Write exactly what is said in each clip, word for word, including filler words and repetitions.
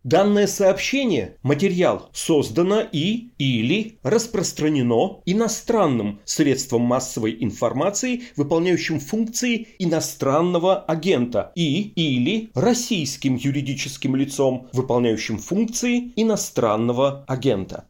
Данное сообщение, материал, создано и или распространено иностранным средством массовой информации, выполняющим функции иностранного агента, и или российским юридическим лицом, выполняющим функции иностранного агента.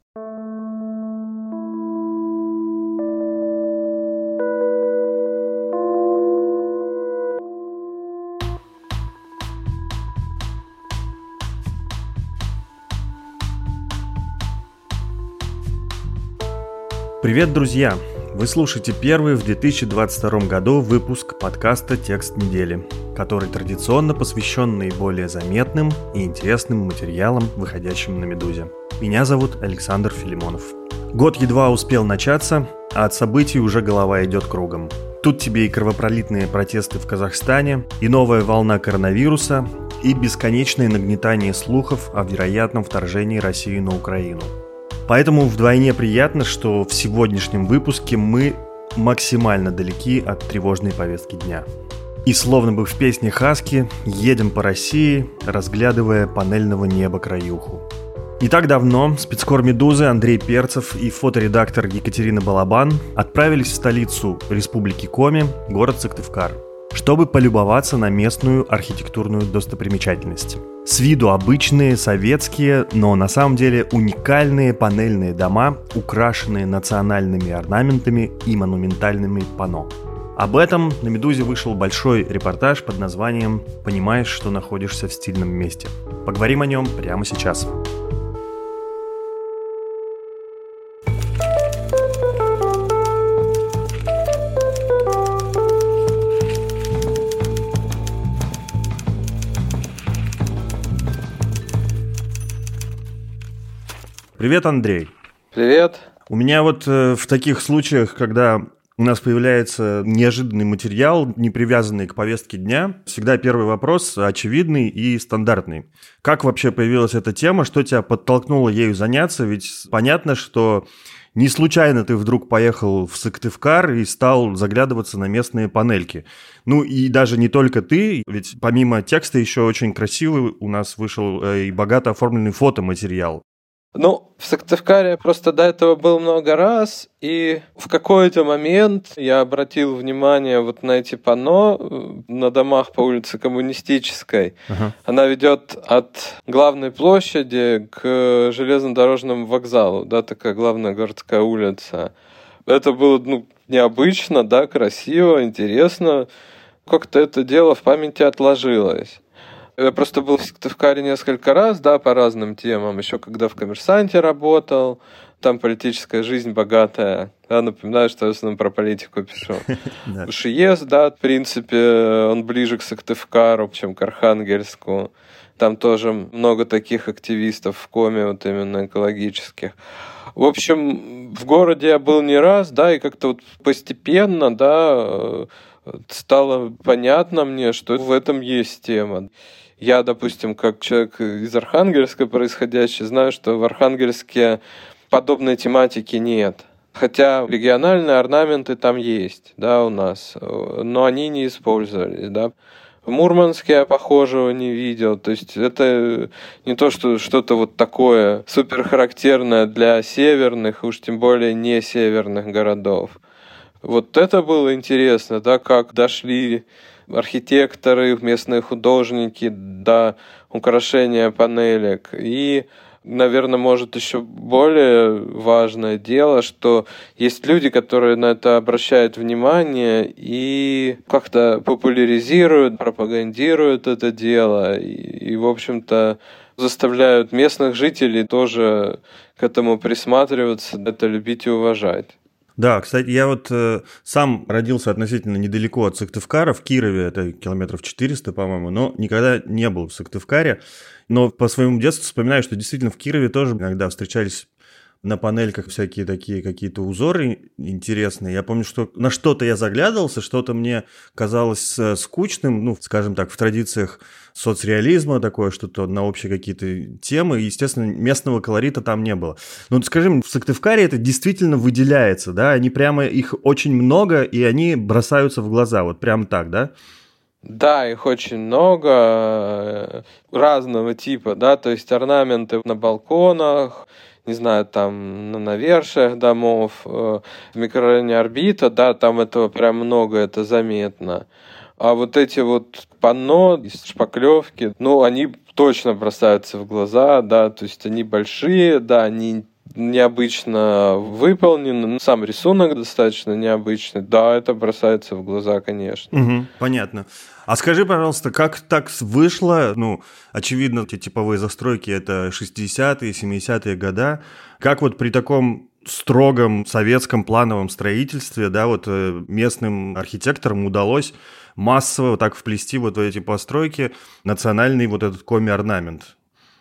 Привет, друзья! Вы слушаете первый в две тысячи двадцать втором году выпуск подкаста «Текст недели», который традиционно посвящен наиболее заметным и интересным материалам, выходящим на «Медузе». Меня зовут Александр Филимонов. Год едва успел начаться, а от событий уже голова идет кругом. Тут тебе и кровопролитные протесты в Казахстане, и новая волна коронавируса, и бесконечное нагнетание слухов о вероятном вторжении России на Украину. Поэтому вдвойне приятно, что в сегодняшнем выпуске мы максимально далеки от тревожной повестки дня. И словно бы в песне Хаски едем по России, разглядывая панельного неба краюху. Не так давно спецкор «Медузы» Андрей Перцев и фоторедактор Екатерина Балабан отправились в столицу Республики Коми, город Сыктывкар, чтобы полюбоваться на местную архитектурную достопримечательность. С виду обычные, советские, но на самом деле уникальные панельные дома, украшенные национальными орнаментами и монументальными панно. Об этом на «Медузе» вышел большой репортаж под названием «Понимаешь, что находишься в стильном месте». Поговорим о нем прямо сейчас. Привет, Андрей. Привет. У меня вот э, в таких случаях, когда у нас появляется неожиданный материал, не привязанный к повестке дня, всегда первый вопрос очевидный и стандартный. Как вообще появилась эта тема, что тебя подтолкнуло ею заняться? Ведь понятно, что не случайно ты вдруг поехал в Сыктывкар и стал заглядываться на местные панельки. Ну и даже не только ты, ведь помимо текста еще очень красивый у нас вышел э, и богато оформленный фотоматериал. Ну, в Сыктывкаре я просто до этого был много раз, и в какой-то момент я обратил внимание вот на эти панно на домах по улице Коммунистической. Uh-huh. Она ведет от главной площади к железнодорожному вокзалу, да, такая главная городская улица. Это было, ну, необычно, да, красиво, интересно. Как-то это дело в памяти отложилось. Я просто был в Сыктывкаре несколько раз, да, по разным темам, еще когда в «Коммерсанте» работал, там политическая жизнь богатая. Я напоминаю, что я в основном про политику пишу. ШИЕС, да, в принципе, он ближе к Сыктывкару, чем к Архангельску. Там тоже много таких активистов в Коми, вот именно экологических. В общем, в городе я был не раз, да, и как-то вот постепенно, да, стало понятно мне, что в этом есть тема. Я, допустим, как человек из Архангельска происходящий, знаю, что в Архангельске подобной тематики нет. Хотя региональные орнаменты там есть, да, у нас, но они не использовались, да. В Мурманске я похожего не видел. То есть это не то, что что-то вот такое суперхарактерное для северных, уж тем более не северных городов. Вот это было интересно, да, как дошли архитекторы, местные художники до украшения панелек. И, наверное, может еще более важное дело, что есть люди, которые на это обращают внимание и как-то популяризируют, пропагандируют это дело. И, и в общем-то, заставляют местных жителей тоже к этому присматриваться, это любить и уважать. Да, кстати, я вот э, сам родился относительно недалеко от Сыктывкара, в Кирове, это километров четыреста, по-моему, но никогда не был в Сыктывкаре. Но по своему детству вспоминаю, что действительно в Кирове тоже иногда встречались на панельках всякие такие какие-то узоры интересные. Я помню, что на что-то я заглядывался, что-то мне казалось скучным, ну, скажем так, в традициях соцреализма такое, что-то на общие какие-то темы. И, естественно, местного колорита там не было. Но, скажем, в Сыктывкаре это действительно выделяется, да? Они прямо, их очень много, и они бросаются в глаза, вот прям так, да? Да, их очень много, разного типа, да, то есть орнаменты на балконах, не знаю, там на навершиях домов, в микрорайоне Орбита, да, там этого прям много, это заметно. А вот эти вот панно из шпаклевки, ну, они точно бросаются в глаза, да, то есть они большие, да, они необычно выполнены, сам рисунок достаточно необычный, да, это бросается в глаза, конечно. Угу, понятно. А скажи, пожалуйста, как так вышло, ну, очевидно, эти типовые застройки – это шестидесятые, семидесятые года, как вот при таком строгом советском плановом строительстве, да, вот местным архитекторам удалось массово так вплести вот в эти постройки национальный вот этот коми-орнамент?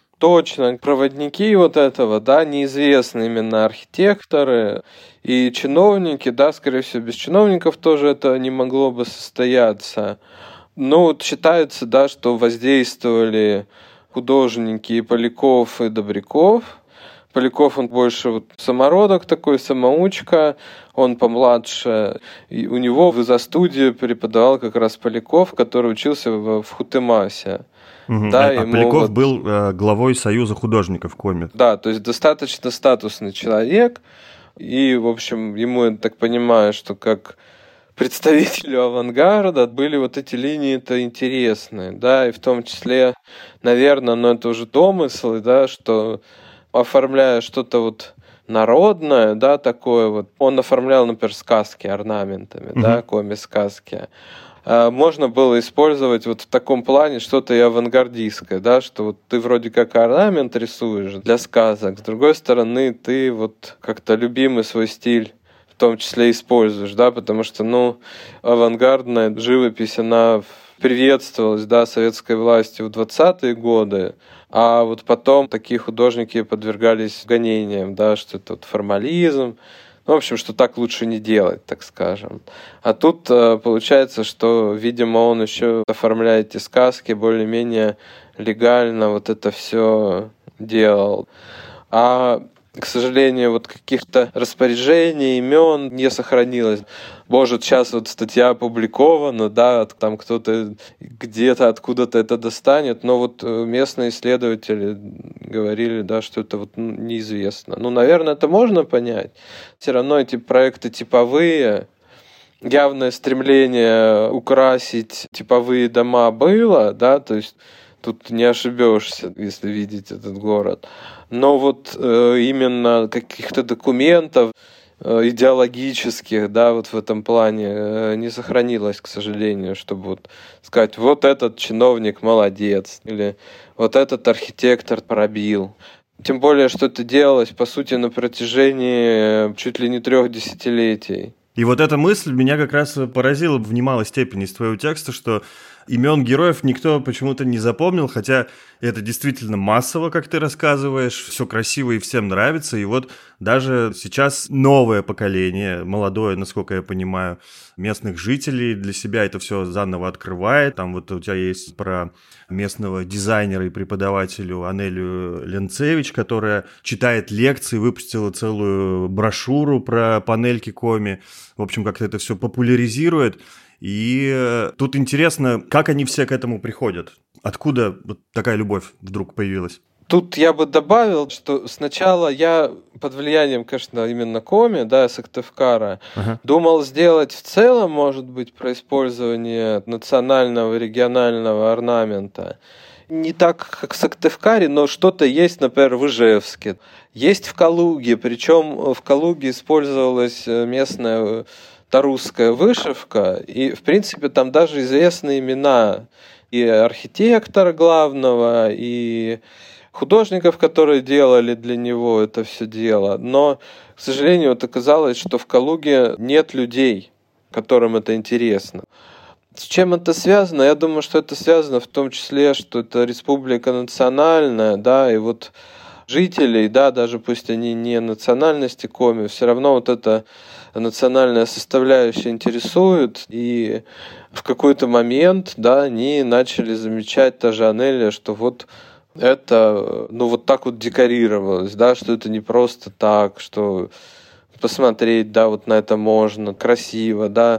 Точно, проводники вот этого, да, неизвестные именно архитекторы и чиновники, да, скорее всего, без чиновников тоже это не могло бы состояться. Но вот считается, да, что воздействовали художники и Поляков, и Добряков. Поляков, он больше вот самородок такой, самоучка, он помладше. И у него за студию преподавал как раз Поляков, который учился в, в Хутемасе. Угу. Да, а ему Поляков вот... был э, главой Союза художников коми. Да, то есть достаточно статусный человек. И, в общем, ему, я так понимаю, что как представителю авангарда были вот эти линии-то интересные. Да, и в том числе, наверное, но это уже домыслы, да, что оформляя что-то вот народное, да, такое вот, он оформлял, например, сказки орнаментами, угу. да, коми-сказки. Можно было использовать вот в таком плане что-то и авангардистское, да, что вот ты вроде как орнамент рисуешь для сказок, с другой стороны ты вот как-то любимый свой стиль в том числе используешь, да, потому что, ну, авангардная живопись, она приветствовалась, да, советской властью в двадцатые годы, а вот потом такие художники подвергались гонениям, да, что это вот формализм. В общем, что так лучше не делать, так скажем. А тут э, получается, что, видимо, он еще оформляет эти сказки более-менее легально, вот это все делал. А, к сожалению, вот каких-то распоряжений, имен не сохранилось. Может, сейчас вот статья опубликована, да, там кто-то где-то откуда-то это достанет, но вот местные исследователи говорили, да, что это вот неизвестно. Ну, наверное, это можно понять. Все равно эти проекты типовые, явное стремление украсить типовые дома было, да, то есть тут не ошибешься, если видеть этот город. Но вот э, именно каких-то документов идеологических, да, вот в этом плане не сохранилось, к сожалению, чтобы вот сказать, вот этот чиновник молодец, или вот этот архитектор пробил. Тем более, что это делалось, по сути, на протяжении чуть ли не трех десятилетий. И вот эта мысль меня как раз поразила в немалой степени из твоего текста, что имен героев никто почему-то не запомнил, хотя это действительно массово, как ты рассказываешь, все красиво и всем нравится. И вот даже сейчас новое поколение, молодое, насколько я понимаю, местных жителей для себя это все заново открывает. Там вот у тебя есть про местного дизайнера и преподавателю Анелию Ленцевич, которая читает лекции, выпустила целую брошюру про панельки коми. В общем, как-то это все популяризирует. И тут интересно, как они все к этому приходят? Откуда вот такая любовь вдруг появилась? Тут я бы добавил, что сначала я под влиянием, конечно, именно коми, да, Сыктывкара, ага. думал сделать в целом, может быть, про использование национального, регионального орнамента. Не так, как в Сыктывкаре, но что-то есть, например, в Ижевске. Есть в Калуге, причем в Калуге использовалась местная тарусская вышивка, и, в принципе, там даже известны имена и архитектора главного, и художников, которые делали для него это все дело. Но, к сожалению, вот оказалось, что в Калуге нет людей, которым это интересно. С чем это связано? Я думаю, что это связано в том числе, что это республика национальная, да, и вот жителей, да, даже пусть они не национальности коми, все равно вот это национальная составляющая интересует, и в какой-то момент, да, они начали замечать, та же Анелия, что вот это, ну, вот так вот декорировалось, да, что это не просто так, что посмотреть, да, вот на это можно, красиво, да.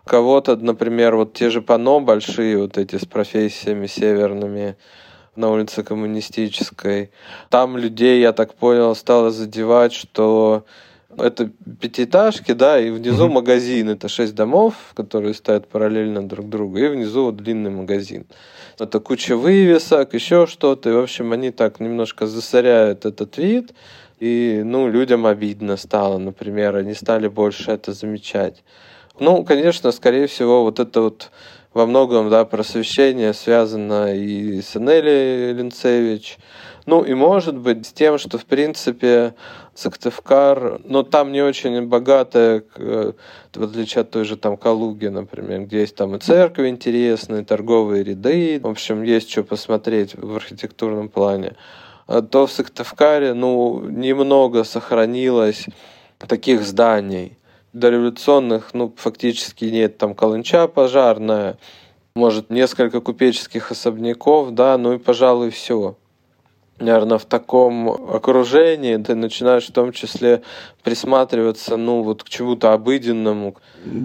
Кого-то, например, вот те же панно большие, вот эти с профессиями северными на улице Коммунистической. Там людей, я так понял, стало задевать, что это пятиэтажки, да, и внизу mm-hmm. магазин. Это шесть домов, которые стоят параллельно друг другу, и внизу вот длинный магазин. Это куча вывесок, еще что-то. И, в общем, они так немножко засоряют этот вид. И, ну, людям обидно стало, например. Они стали больше это замечать. Ну, конечно, скорее всего, вот это вот во многом, да, просвещение связано и с Энели Линцевич. Ну, и может быть с тем, что, в принципе, Сыктывкар, но там не очень богатая, в отличие от той же там Калуги, например, где есть там и церкви интересные, торговые ряды, в общем, есть что посмотреть в архитектурном плане. То в Сыктывкаре, ну, немного сохранилось таких зданий дореволюционных, ну, фактически нет, там Каланча пожарная, может, несколько купеческих особняков, да, ну и, пожалуй, все. Наверное, в таком окружении ты начинаешь в том числе присматриваться, ну, вот к чему-то обыденному.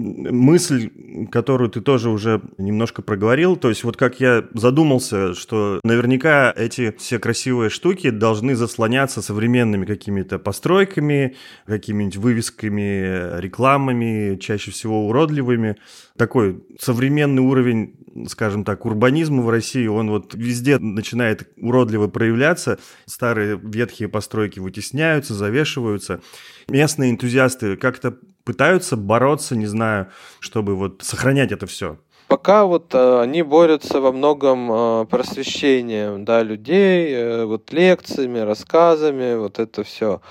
Мысль, которую ты тоже уже немножко проговорил, то есть вот как я задумался, что наверняка эти все красивые штуки должны заслоняться современными какими-то постройками, какими-нибудь вывесками, рекламами, чаще всего уродливыми. Такой современный уровень, скажем так, урбанизма в России, он вот везде начинает уродливо проявляться. Старые ветхие постройки вытесняются, завешиваются. Местные энтузиасты как-то пытаются бороться, не знаю, чтобы вот сохранять это все. Пока вот э, они борются во многом э, просвещением, да, людей, э, вот лекциями, рассказами, вот это все.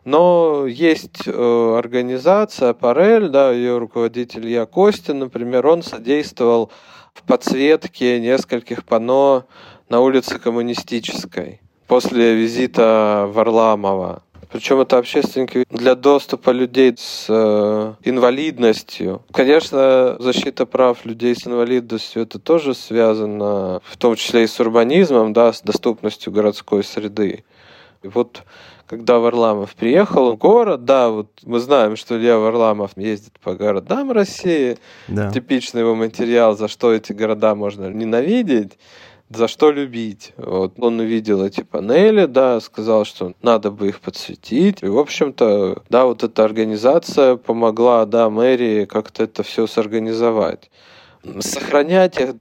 Но есть э, организация Парель, да, ее руководитель Илья Костин, например, он содействовал в подсветке нескольких панно на улице Коммунистической после визита Варламова. Причем это общественники для доступа людей с э, инвалидностью. Конечно, защита прав людей с инвалидностью это тоже связано, в том числе и с урбанизмом, да, с доступностью городской среды. И вот когда Варламов приехал в город, да, вот мы знаем, что Илья Варламов ездит по городам России, да. Типичный его материал, за что эти города можно ненавидеть, за что любить. Вот. Он увидел эти панели, да, сказал, что надо бы их подсветить. И, в общем-то, да, вот эта организация помогла, да, мэрии как-то это все сорганизовать. Сохранять их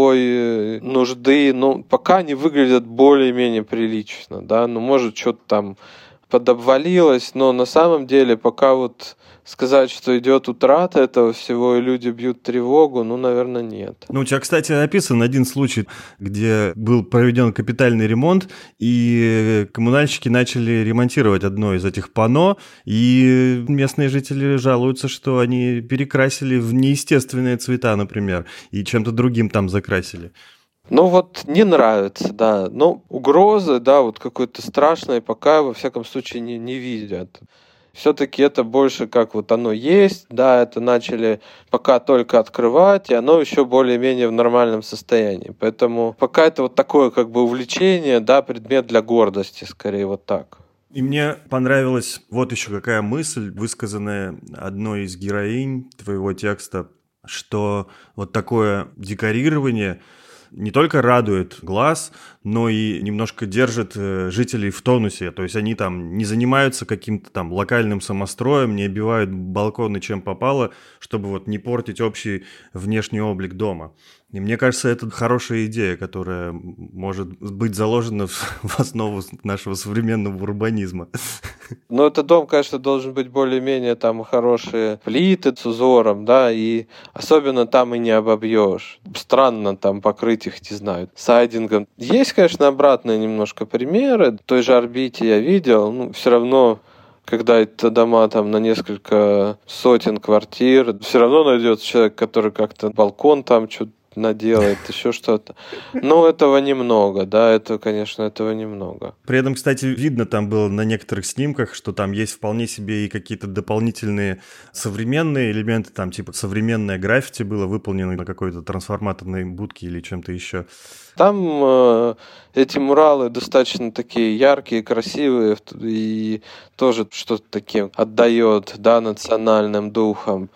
такой нужды, ну, пока не выглядят более-менее прилично, да, ну, может, что-то там подобвалилось, но на самом деле пока вот сказать, что идет утрата этого всего, и люди бьют тревогу, ну, наверное, нет. Ну, у тебя, кстати, написан один случай, где был проведен капитальный ремонт, и коммунальщики начали ремонтировать одно из этих панно, и местные жители жалуются, что они перекрасили в неестественные цвета, например, и чем-то другим там закрасили. Ну вот не нравится, да. Ну, угрозы, да, вот какой-то страшной пока, во всяком случае, не, не видят. Все-таки это больше как вот оно есть, да, это начали пока только открывать, и оно еще более-менее в нормальном состоянии. Поэтому пока это вот такое как бы увлечение, да, предмет для гордости, скорее вот так. И мне понравилась вот еще какая мысль, высказанная одной из героинь твоего текста, что вот такое декорирование не только радует глаз, но и немножко держит жителей в тонусе. То есть они там не занимаются каким-то там локальным самостроем, не обивают балконы чем попало, чтобы вот не портить общий внешний облик дома. И мне кажется, это хорошая идея, которая может быть заложена в основу нашего современного урбанизма. Ну, этот дом, конечно, должен быть более-менее там хорошие плиты с узором, да, и особенно там и не обобьешь. Странно там покрыть их, не знаю, сайдингом. Есть, конечно, обратные немножко примеры. В той же орбите я видел, ну, все равно... Когда это дома там на несколько сотен квартир, все равно найдется человек, который как-то балкон там что-то наделает, еще что-то. Но этого немного, да, это, конечно, этого немного. При этом, кстати, видно там было на некоторых снимках, что там есть вполне себе и какие-то дополнительные современные элементы, там типа современное граффити было выполнено на какой-то трансформаторной будке или чем-то еще. Там э, эти муралы достаточно такие яркие, красивые, и тоже что-то таким отдает, да, национальным духом.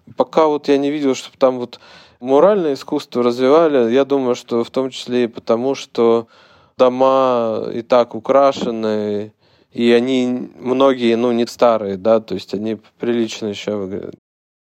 Пока вот я не видел, чтобы там вот муральное искусство развивали, я думаю, что в том числе и потому, что дома и так украшены, и они многие, ну, не старые, да, то есть они прилично еще выглядят.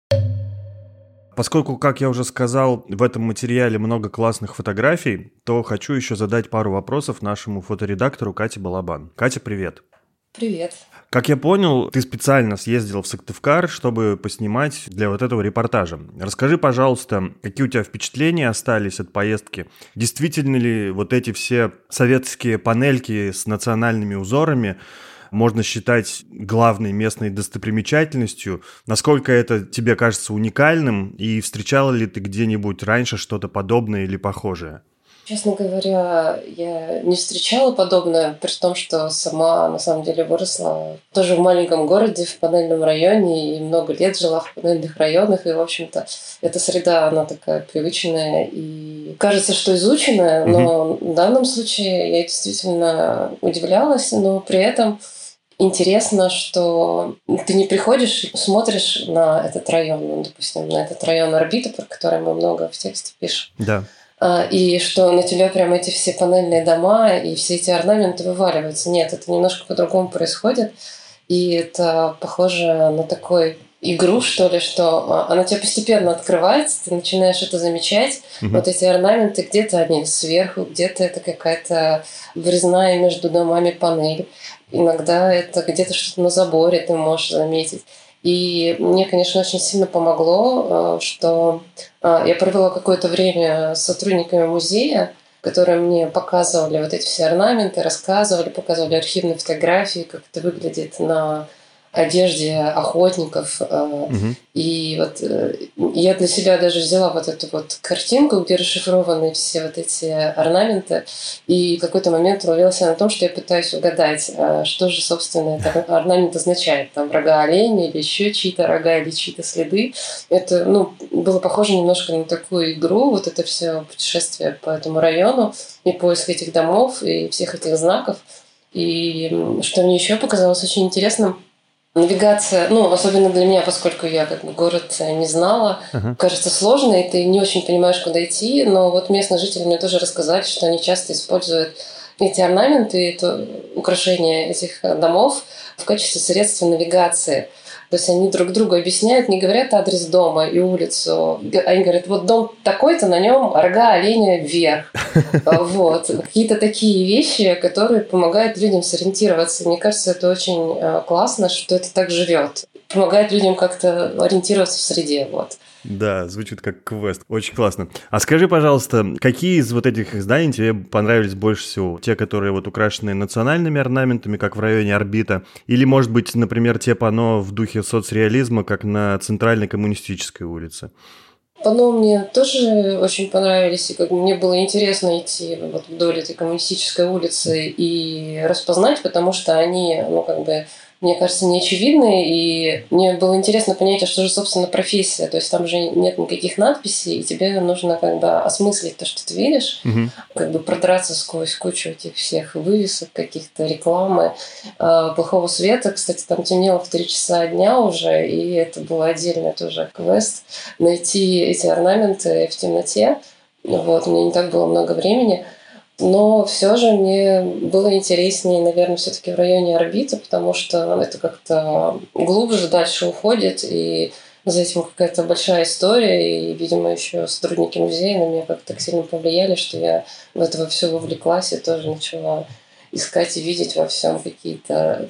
Поскольку, как я уже сказал, в этом материале много классных фотографий, то хочу еще задать пару вопросов нашему фоторедактору Кате Балабан. Катя, привет. Привет. Как я понял, ты специально съездил в Сыктывкар, чтобы поснимать для вот этого репортажа. Расскажи, пожалуйста, какие у тебя впечатления остались от поездки? Действительно ли вот эти все советские панельки с национальными узорами можно считать главной местной достопримечательностью? Насколько это тебе кажется уникальным? И встречала ли ты где-нибудь раньше что-то подобное или похожее? Честно говоря, я не встречала подобное, при том, что сама на самом деле выросла тоже в маленьком городе, в панельном районе, и много лет жила в панельных районах, и, в общем-то, эта среда, она такая привычная и кажется, что изученная, но mm-hmm. в данном случае я действительно удивлялась, но при этом интересно, что ты не приходишь и смотришь на этот район, ну, допустим, на этот район орбиты, про который мы много в тексте пишем. Да. И что на тебя прям эти все панельные дома и все эти орнаменты вываливаются. Нет, это немножко по-другому происходит. И это похоже на такой игру, что ли, что она тебе постепенно открывается, ты начинаешь это замечать. Mm-hmm. Вот эти орнаменты, где-то они сверху, где-то это какая-то врезная между домами панель. Иногда это где-то что-то на заборе ты можешь заметить. И мне, конечно, очень сильно помогло, что я провела какое-то время с сотрудниками музея, которые мне показывали вот эти все орнаменты, рассказывали, показывали архивные фотографии, как это выглядит на одежде охотников. Угу. И вот я для себя даже взяла вот эту вот картинку, где расшифрованы все вот эти орнаменты, и в какой-то момент ловилась на том, что я пытаюсь угадать, что же, собственно, этот орнамент означает. Там рога оленя или еще чьи-то рога или чьи-то следы. Это, ну, было похоже немножко на такую игру, вот это все путешествие по этому району и поиск этих домов и всех этих знаков. И что мне еще показалось очень интересным, навигация, ну, особенно для меня, поскольку я как бы город не знала, uh-huh. кажется сложной, ты не очень понимаешь, куда идти, но вот местные жители мне тоже рассказали, что они часто используют эти орнаменты, это украшения этих домов в качестве средства навигации. То есть они друг другу объясняют, не говорят адрес дома и улицу. Они говорят, вот дом такой-то, на нем рога оленя вверх. Вот. Какие-то такие вещи, которые помогают людям сориентироваться. Мне кажется, это очень классно, что это так живет. Помогает людям как-то ориентироваться в среде. Вот. Да, звучит как квест. Очень классно. А скажи, пожалуйста, какие из вот этих изданий тебе понравились больше всего? Те, которые вот украшены национальными орнаментами, как в районе Орбита? Или, может быть, например, те панно в духе соцреализма, как на Центральной Коммунистической улице? Панно мне тоже очень понравились, и как мне было интересно идти вот вдоль этой Коммунистической улицы и распознать, потому что они, ну, как бы, мне кажется, неочевидны, и мне было интересно понять, а что же, собственно, профессия. То есть там же нет никаких надписей, и тебе нужно как бы осмыслить то, что ты видишь, угу. как бы продраться сквозь кучу этих всех вывесок, каких-то рекламы, э, плохого света. Кстати, там темнело в три часа дня уже, и это был отдельный тоже квест. Найти эти орнаменты в темноте. Вот, у меня не так было много времени. Но все же мне было интереснее, наверное, все-таки в районе Орбиты, потому что это как-то глубже дальше уходит, и за этим какая-то большая история, и, видимо, еще сотрудники музея на меня как-то так сильно повлияли, что я в это все вовлеклась и тоже начала искать и видеть во всем какие-то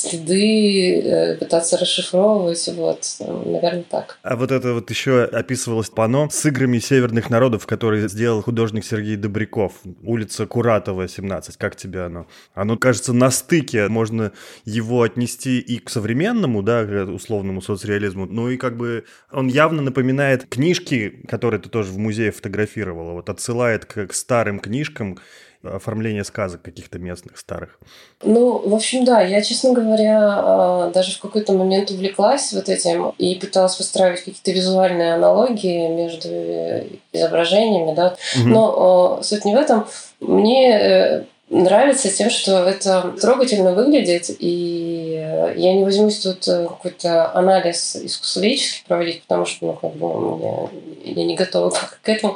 следы, пытаться расшифровывать, вот, наверное, так. А вот это вот еще описывалось панно с играми северных народов, которые сделал художник Сергей Добряков. Улица Куратова, семнадцать. Как тебе оно? Оно, кажется, на стыке. Можно его отнести и к современному, да, к условному соцреализму, ну и как бы он явно напоминает книжки, которые ты тоже в музее фотографировала, вот отсылает к, к старым книжкам, оформление сказок каких-то местных старых. Ну, в общем, да, я, честно говоря, даже в какой-то момент увлеклась вот этим и пыталась выстраивать какие-то визуальные аналогии между изображениями, да. Угу. Но суть не в этом. Мне нравится тем, что это трогательно выглядит, и я не возьмусь тут какой-то анализ искусствоведческий проводить, потому что ну, как бы, я, я не готова к этому.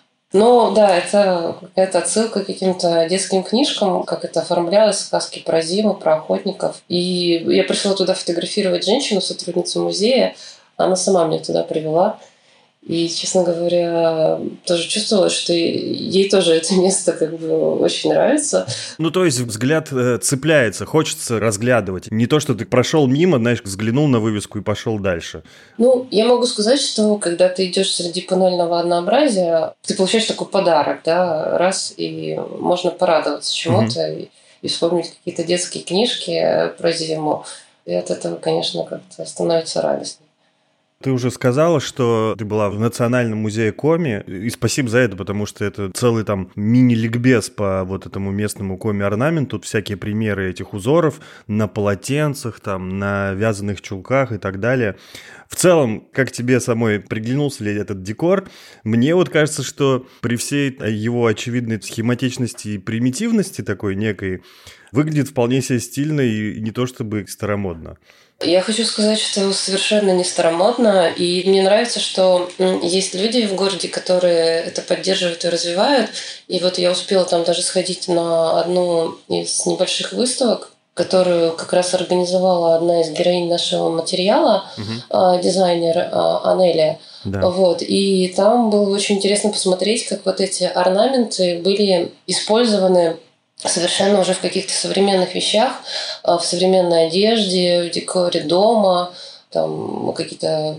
Но да, это какая-то отсылка к каким-то детским книжкам, как это оформлялось, сказки про зиму, про охотников. И я пришла туда фотографировать женщину, сотрудницу музея, она сама меня туда привела. И, честно говоря, тоже чувствовала, что ей тоже это место как бы очень нравится. Ну, то есть взгляд э, цепляется, хочется разглядывать. Не то, что ты прошел мимо, знаешь, взглянул на вывеску и пошел дальше. Ну, я могу сказать, что когда ты идешь среди панельного однообразия, ты получаешь такой подарок, да, раз, и можно порадоваться чему-то mm-hmm. и, и вспомнить какие-то детские книжки про зиму. И от этого, конечно, как-то становится радостнее. Ты уже сказала, что ты была в Национальном музее Коми, и спасибо за это, потому что это целый там мини-ликбез по вот этому местному коми-орнаменту, тут всякие примеры этих узоров на полотенцах, там, на вязаных чулках и так далее. В целом, как тебе самой приглянулся ли этот декор? Мне вот кажется, что при всей его очевидной схематичности и примитивности такой некой, выглядит вполне себе стильно и не то чтобы старомодно. Я хочу сказать, что совершенно не старомодно, и мне нравится, что есть люди в городе, которые это поддерживают и развивают. И вот я успела там даже сходить на одну из небольших выставок, которую как раз организовала одна из героинь нашего материала, угу. дизайнер Анелия. Да. Вот. И там было очень интересно посмотреть, как вот эти орнаменты были использованы совершенно уже в каких-то современных вещах, в современной одежде, в декоре дома, там какие-то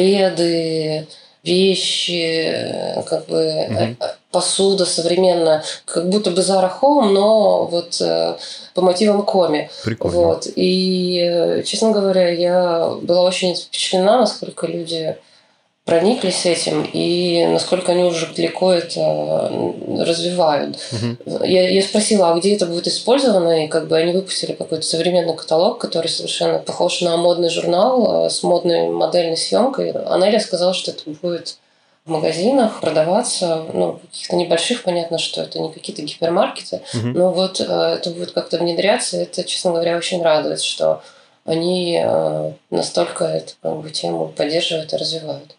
пледы, вещи, как бы mm-hmm. посуда современная, как будто бы Zara Home, но вот по мотивам коми. Прикольно. Вот. И, честно говоря, я была очень впечатлена, насколько люди прониклись этим и насколько они уже далеко это развивают. Uh-huh. Я, я спросила, а где это будет использовано, и как бы они выпустили какой-то современный каталог, который совершенно похож на модный журнал с модной модельной съемкой. Анеля сказала, что это будет в магазинах продаваться, ну, каких-то небольших, понятно, что это не какие-то гипермаркеты, uh-huh. но вот это будет как-то внедряться, и это, честно говоря, очень радует, что они настолько эту как бы, тему поддерживают и развивают.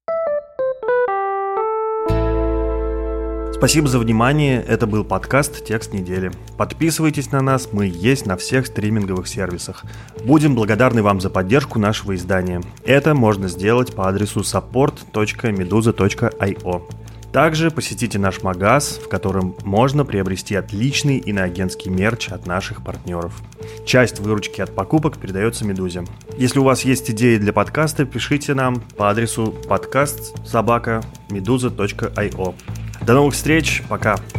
Спасибо за внимание, это был подкаст «Текст недели». Подписывайтесь на нас, мы есть на всех стриминговых сервисах. Будем благодарны вам за поддержку нашего издания. Это можно сделать по адресу support точка meduza точка io. Также посетите наш магаз, в котором можно приобрести отличный иноагентский мерч от наших партнеров. Часть выручки от покупок передается Медузе. Если у вас есть идеи для подкаста, пишите нам по адресу подкаст собака meduza точка io. До новых встреч, пока!